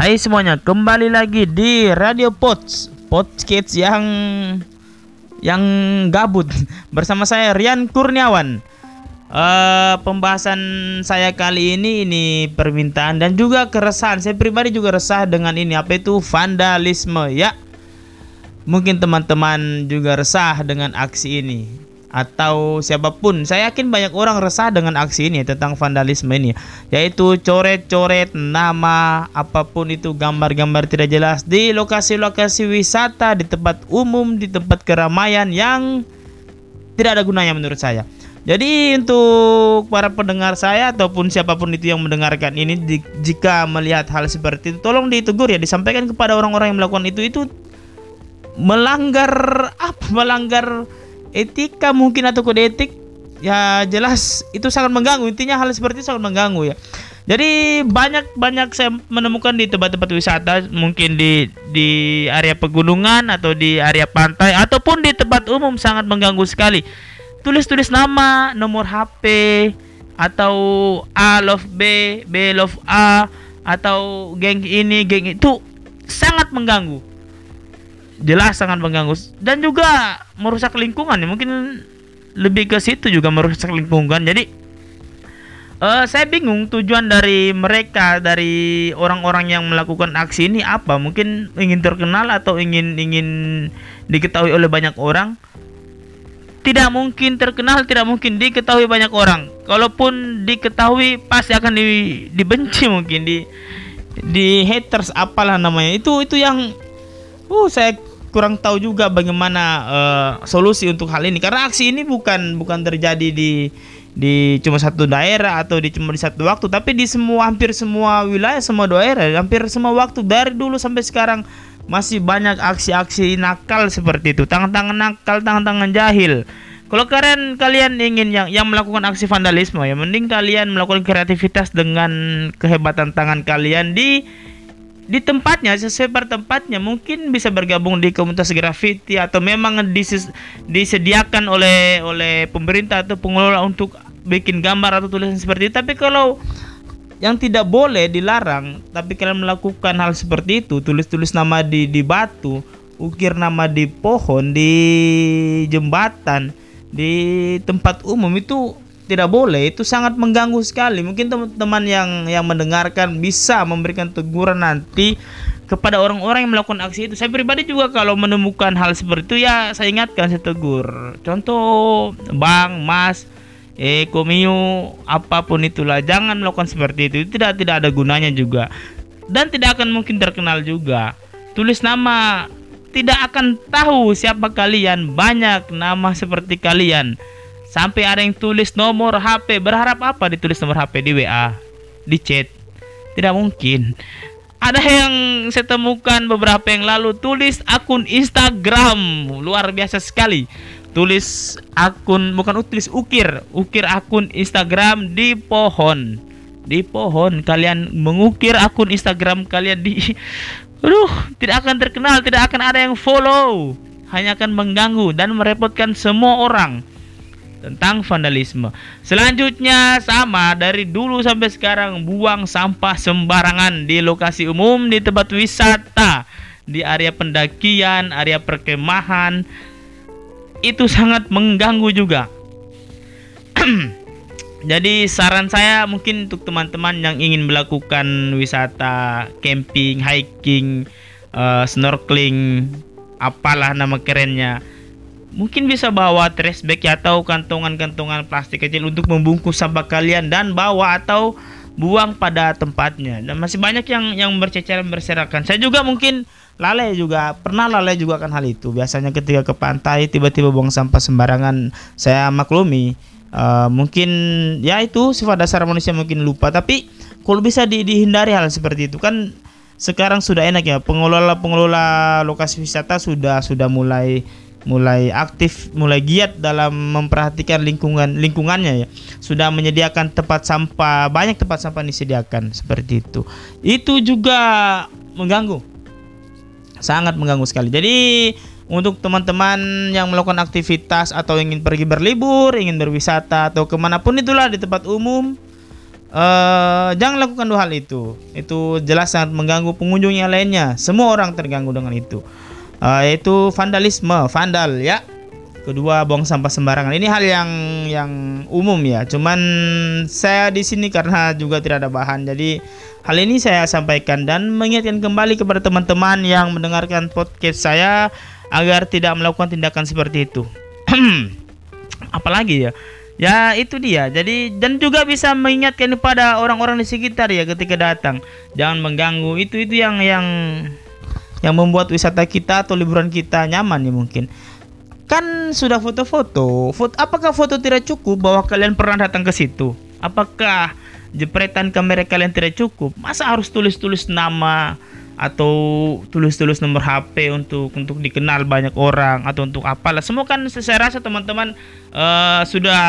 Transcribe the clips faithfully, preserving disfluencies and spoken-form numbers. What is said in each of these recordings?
Hai semuanya, kembali lagi di Radio Pods Podcast yang yang gabut bersama saya Rian Kurniawan. Uh, pembahasan saya kali ini ini permintaan dan juga keresahan. Saya pribadi juga resah dengan ini, apa itu vandalisme ya. Mungkin teman-teman juga resah dengan aksi ini, atau siapapun. Saya yakin banyak orang resah dengan aksi ini tentang vandalisme ini, yaitu coret-coret nama apapun itu, gambar-gambar tidak jelas di lokasi-lokasi wisata, di tempat umum, di tempat keramaian yang tidak ada gunanya menurut saya. Jadi untuk para pendengar saya ataupun siapapun itu yang mendengarkan ini, di, jika melihat hal seperti itu, tolong ditegur ya, disampaikan kepada orang-orang yang melakukan itu itu melanggar apa? Melanggar etika mungkin atau kode etik. Ya jelas itu sangat mengganggu. Intinya hal seperti itu sangat mengganggu ya. Jadi banyak-banyak saya menemukan di tempat-tempat wisata, mungkin di di area pegunungan atau di area pantai ataupun di tempat umum, sangat mengganggu sekali. Tulis-tulis nama, nomor H P, atau A love B, B love A, atau geng ini, geng itu, sangat mengganggu. Jelas sangat mengganggu dan juga merusak lingkungan ya. Mungkin lebih ke situ, juga merusak lingkungan. Jadi uh, saya bingung tujuan dari mereka, dari orang-orang yang melakukan aksi ini apa. Mungkin ingin terkenal atau ingin ingin diketahui oleh banyak orang. Tidak mungkin terkenal, tidak mungkin diketahui banyak orang. Kalaupun diketahui pasti akan di, dibenci, mungkin di di haters apalah namanya. Itu itu yang uh saya kurang tahu juga bagaimana uh, solusi untuk hal ini, karena aksi ini bukan bukan terjadi di di cuma satu daerah atau di cuma di satu waktu, tapi di semua, hampir semua wilayah, semua daerah, hampir semua waktu, dari dulu sampai sekarang masih banyak aksi-aksi nakal seperti itu, tangan-tangan nakal, tangan-tangan jahil. Kalau kalian kalian ingin yang yang melakukan aksi vandalisme ya, mending kalian melakukan kreativitas dengan kehebatan tangan kalian di di tempatnya, sesuai per tempatnya. Mungkin bisa bergabung di komunitas graffiti, atau memang dises, disediakan oleh oleh pemerintah atau pengelola untuk bikin gambar atau tulisan seperti itu. Tapi kalau yang tidak boleh, dilarang, tapi kalian melakukan hal seperti itu, tulis-tulis nama di di batu, ukir nama di pohon, di jembatan, di tempat umum, itu tidak boleh. Itu sangat mengganggu sekali. Mungkin teman-teman yang yang mendengarkan bisa memberikan teguran nanti kepada orang-orang yang melakukan aksi itu. Saya pribadi juga kalau menemukan hal seperti itu ya saya ingatkan, saya tegur. Contoh, Bang, Mas, eh komio, apapun itulah, jangan melakukan seperti itu. Tidak tidak ada gunanya juga, dan tidak akan mungkin terkenal juga. Tulis nama, tidak akan tahu siapa kalian. Banyak nama seperti kalian. Sampai ada yang tulis nomor H P. Berharap apa ditulis nomor H P di W A, di chat? Tidak mungkin. Ada yang saya temukan beberapa yang lalu, tulis akun Instagram. Luar biasa sekali. Tulis akun, bukan tulis, ukir ukir akun Instagram di pohon. Di pohon kalian mengukir akun Instagram kalian di aduh, tidak akan terkenal, tidak akan ada yang follow, hanya akan mengganggu dan merepotkan semua orang. Tentang vandalisme selanjutnya sama, dari dulu sampai sekarang, buang sampah sembarangan di lokasi umum, di tempat wisata, di area pendakian, area perkemahan. Itu sangat mengganggu juga. Jadi saran saya mungkin untuk teman-teman yang ingin melakukan wisata, camping, hiking, uh, snorkeling, apalah nama kerennya, mungkin bisa bawa trash bag ya, atau kantongan-kantongan plastik kecil untuk membungkus sampah kalian dan bawa atau buang pada tempatnya. Dan masih banyak yang yang berceceran berserakan. Saya juga mungkin lalai juga, pernah lalai juga kan hal itu. Biasanya ketika ke pantai tiba-tiba buang sampah sembarangan, saya maklumi. Uh, mungkin ya itu sifat dasar manusia, mungkin lupa. Tapi kalau bisa di, dihindari hal seperti itu kan. Sekarang sudah enak ya, pengelola-pengelola lokasi wisata sudah sudah mulai mulai aktif, mulai giat dalam memperhatikan lingkungan lingkungannya ya. Sudah menyediakan tempat sampah, banyak tempat sampah disediakan seperti itu. Itu juga mengganggu, sangat mengganggu sekali. Jadi untuk teman-teman yang melakukan aktivitas atau ingin pergi berlibur, ingin berwisata atau kemanapun itulah di tempat umum, eh jangan lakukan dua hal itu. Itu jelas sangat mengganggu pengunjung yang lainnya. Semua orang terganggu dengan itu. Uh, yaitu vandalisme, vandal ya. Kedua, buang sampah sembarangan. Ini hal yang yang umum ya. Cuman saya di sini karena juga tidak ada bahan, jadi hal ini saya sampaikan dan mengingatkan kembali kepada teman-teman yang mendengarkan podcast saya agar tidak melakukan tindakan seperti itu. Apalagi ya? Ya itu dia. Jadi dan juga bisa mengingatkan kepada orang-orang di sekitar ya ketika datang, jangan mengganggu. Itu itu yang yang yang membuat wisata kita atau liburan kita nyaman ya mungkin. Kan sudah foto-foto. Foto, apakah foto tidak cukup bahwa kalian pernah datang ke situ? Apakah jepretan kamera kalian tidak cukup? Masa harus tulis-tulis nama atau tulis-tulis nomor H P untuk untuk dikenal banyak orang atau untuk apalah? Semua kan saya rasa teman-teman uh, sudah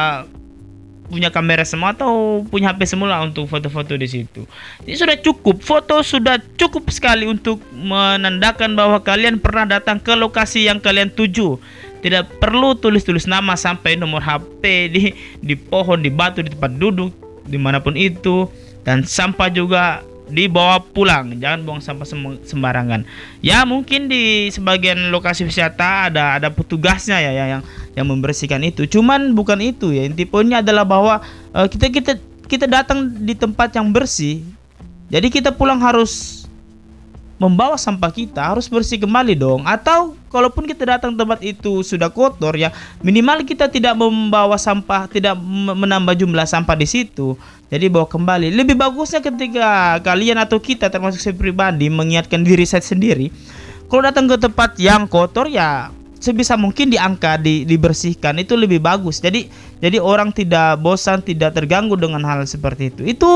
punya kamera semua atau punya H P semula untuk foto-foto di situ. Jadi sudah cukup, foto sudah cukup sekali untuk menandakan bahwa kalian pernah datang ke lokasi yang kalian tuju. Tidak perlu tulis-tulis nama sampai nomor H P di di pohon, di batu, di tempat duduk, dimanapun itu. Dan sampah juga dibawa pulang, jangan buang sampah sembarangan. Ya mungkin di sebagian lokasi wisata ada ada petugasnya ya yang yang membersihkan itu. Cuman bukan itu ya. Inti poinnya adalah bahwa uh, kita kita kita datang di tempat yang bersih. Jadi kita pulang harus membawa sampah kita, harus bersih kembali dong. Atau kalaupun kita datang tempat itu sudah kotor ya, minimal kita tidak membawa sampah, tidak menambah jumlah sampah di situ. Jadi bawa kembali. Lebih bagusnya ketika kalian atau kita termasuk saya pribadi mengingatkan diri saya sendiri, kalau datang ke tempat yang kotor ya sebisa mungkin diangkat, di, dibersihkan, itu lebih bagus. Jadi jadi orang tidak bosan, tidak terganggu dengan hal seperti itu. Itu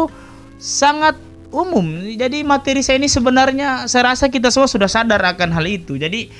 sangat umum. Jadi materi saya ini sebenarnya saya rasa kita semua sudah sadar akan hal itu. Jadi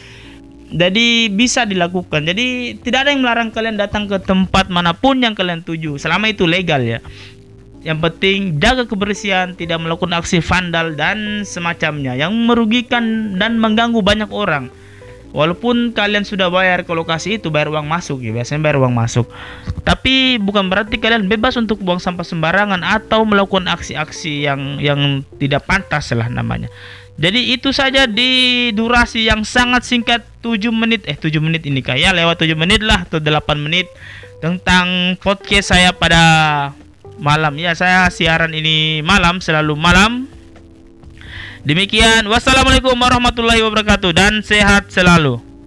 jadi bisa dilakukan. Jadi tidak ada yang melarang kalian datang ke tempat manapun yang kalian tuju selama itu legal ya. Yang penting jaga kebersihan, tidak melakukan aksi vandal dan semacamnya yang merugikan dan mengganggu banyak orang. Walaupun kalian sudah bayar ke lokasi itu, bayar uang masuk ya, biasanya bayar uang masuk. Tapi bukan berarti kalian bebas untuk buang sampah sembarangan atau melakukan aksi-aksi yang yang tidak pantas lah namanya. Jadi itu saja di durasi yang sangat singkat tujuh menit eh tujuh menit ini kayak lewat tujuh menit lah atau delapan menit tentang podcast saya pada malam. Ya, saya siaran ini malam, selalu malam. Demikian, wassalamualaikum warahmatullahi wabarakatuh dan sehat selalu.